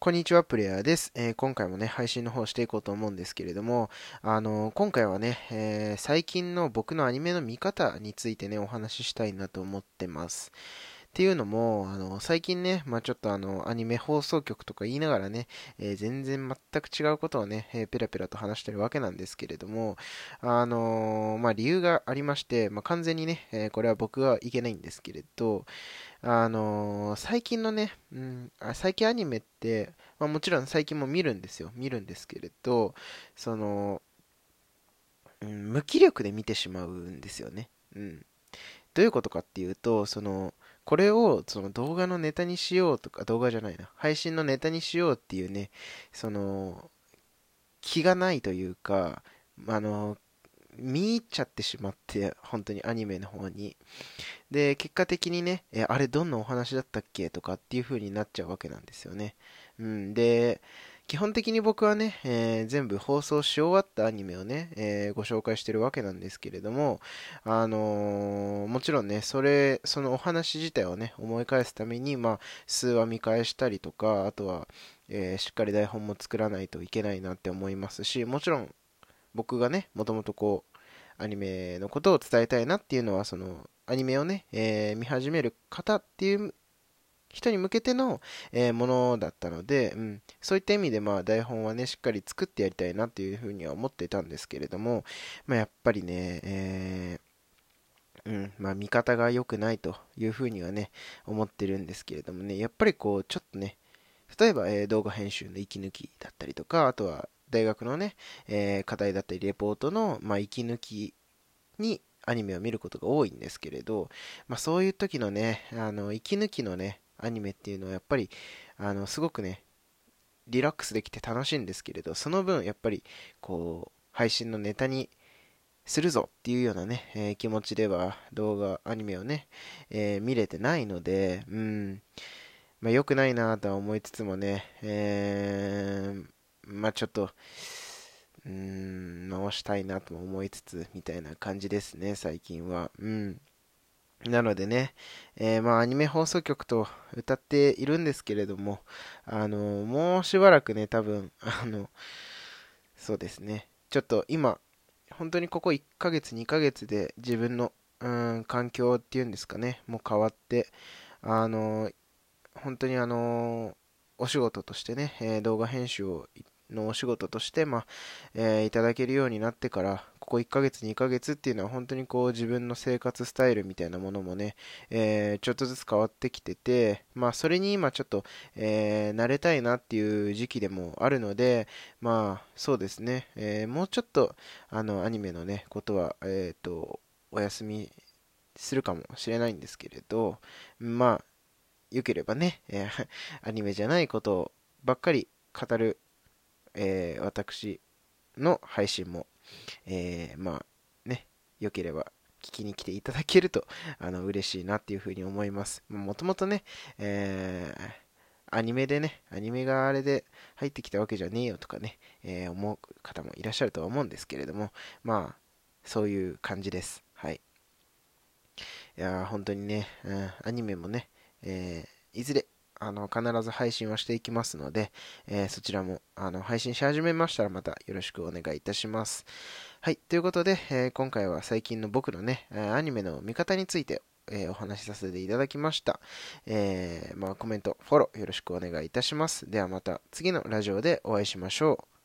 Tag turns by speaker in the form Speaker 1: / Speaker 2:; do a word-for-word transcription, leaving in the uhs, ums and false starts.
Speaker 1: こんにちは、プレイヤーです。えー今回もね、配信の方していこうと思うんですけれども、あのー今回はね、えー最近の僕のアニメの見方についてね、お話ししたいなと思ってます。っていうのも、あの最近ね、まあちょっとあの、アニメ放送局とか言いながらね、えー全然全く違うことをね、えーペラペラと話してるわけなんですけれども、あのーまあ理由がありまして、まあ完全にね、えーこれは僕はいけないんですけれど、あのー最近のね、うん、あ最近アニメって、まあ、もちろん最近も見るんですよ。見るんですけれど、その、うん、無気力で見てしまうんですよね。うん。どういうことかっていうと、その、これをその動画のネタにしようとか、動画じゃないな、配信のネタにしようっていうね、その、気がないというか、あの、見入っちゃってしまって、本当にアニメの方に。で、結果的にね、え、あれどんなお話だったっけとかっていう風になっちゃうわけなんですよね。うん、で、基本的に僕はね、えー全部放送し終わったアニメをね、えーご紹介してるわけなんですけれども、あのーもちろんね、それ、そのお話自体をね、思い返すために、まあ、数話見返したりとか、あとは、えーしっかり台本も作らないといけないなって思いますし、もちろん僕がね、もともとこう、アニメのことを伝えたいなっていうのは、その、アニメをね、えー見始める方っていう人に向けての、えーものだったので、うん、そういった意味で、まあ、台本はね、しっかり作ってやりたいなっていうふうには思っていたんですけれども、まあ、やっぱりね、えーうん、まあ、見方が良くないというふうにはね、思ってるんですけれどもね、やっぱりこう、ちょっとね、例えば、えー動画編集の息抜きだったりとか、あとは大学のね、えー課題だったりレポートの、まあ、息抜きにアニメを見ることが多いんですけれど、まあ、そういう時のね、あの息抜きのね、アニメっていうのはやっぱり、あのすごくね、リラックスできて楽しいんですけれど、その分やっぱり、こう、配信のネタにするぞっていうようなね、えー気持ちでは動画、アニメをね、えー見れてないので、うん、まあ、良くないなとは思いつつもね、えー、まあちょっと、うーん、直したいなとも思いつつ、みたいな感じですね、最近は。うん。なのでね、えーまあアニメ放送局と歌っているんですけれども、あのもうしばらくね、多分、あの、そうですね、ちょっと今、本当にここいっかげつ、にかげつで自分の、うーん、環境っていうんですかね、もう変わって、あの本当にあのお仕事としてね、えー動画編集をのお仕事として、まあえーいただけるようになってから、ここいっかげつ、にかげつっていうのは本当にこう自分の生活スタイルみたいなものもね、えーちょっとずつ変わってきてて、まあそれに今ちょっと、えー慣れたいなっていう時期でもあるので、まあそうですね、えーもうちょっとあのアニメのね、ことは、えっと、お休みするかもしれないんですけれど、まあ良ければね、えーアニメじゃないことばっかり語る、えー私の配信も、えーまあね、良ければ聞きに来ていただけるとあの嬉しいなっていうふうに思います。もともとね、えーアニメでね、アニメがあれで入ってきたわけじゃねえよとかね、えー思う方もいらっしゃるとは思うんですけれども、まあ、そういう感じです。はい。いやー、本当にね、うん、アニメもね、えーいずれ、あの、必ず配信はしていきますので、えーそちらも、あの、配信し始めましたらまたよろしくお願いいたします。はい、ということで、えー今回は最近の僕のね、えーアニメの見方について、えーお話しさせていただきました。えーまあ、コメント、フォローよろしくお願いいたします。ではまた次のラジオでお会いしましょう。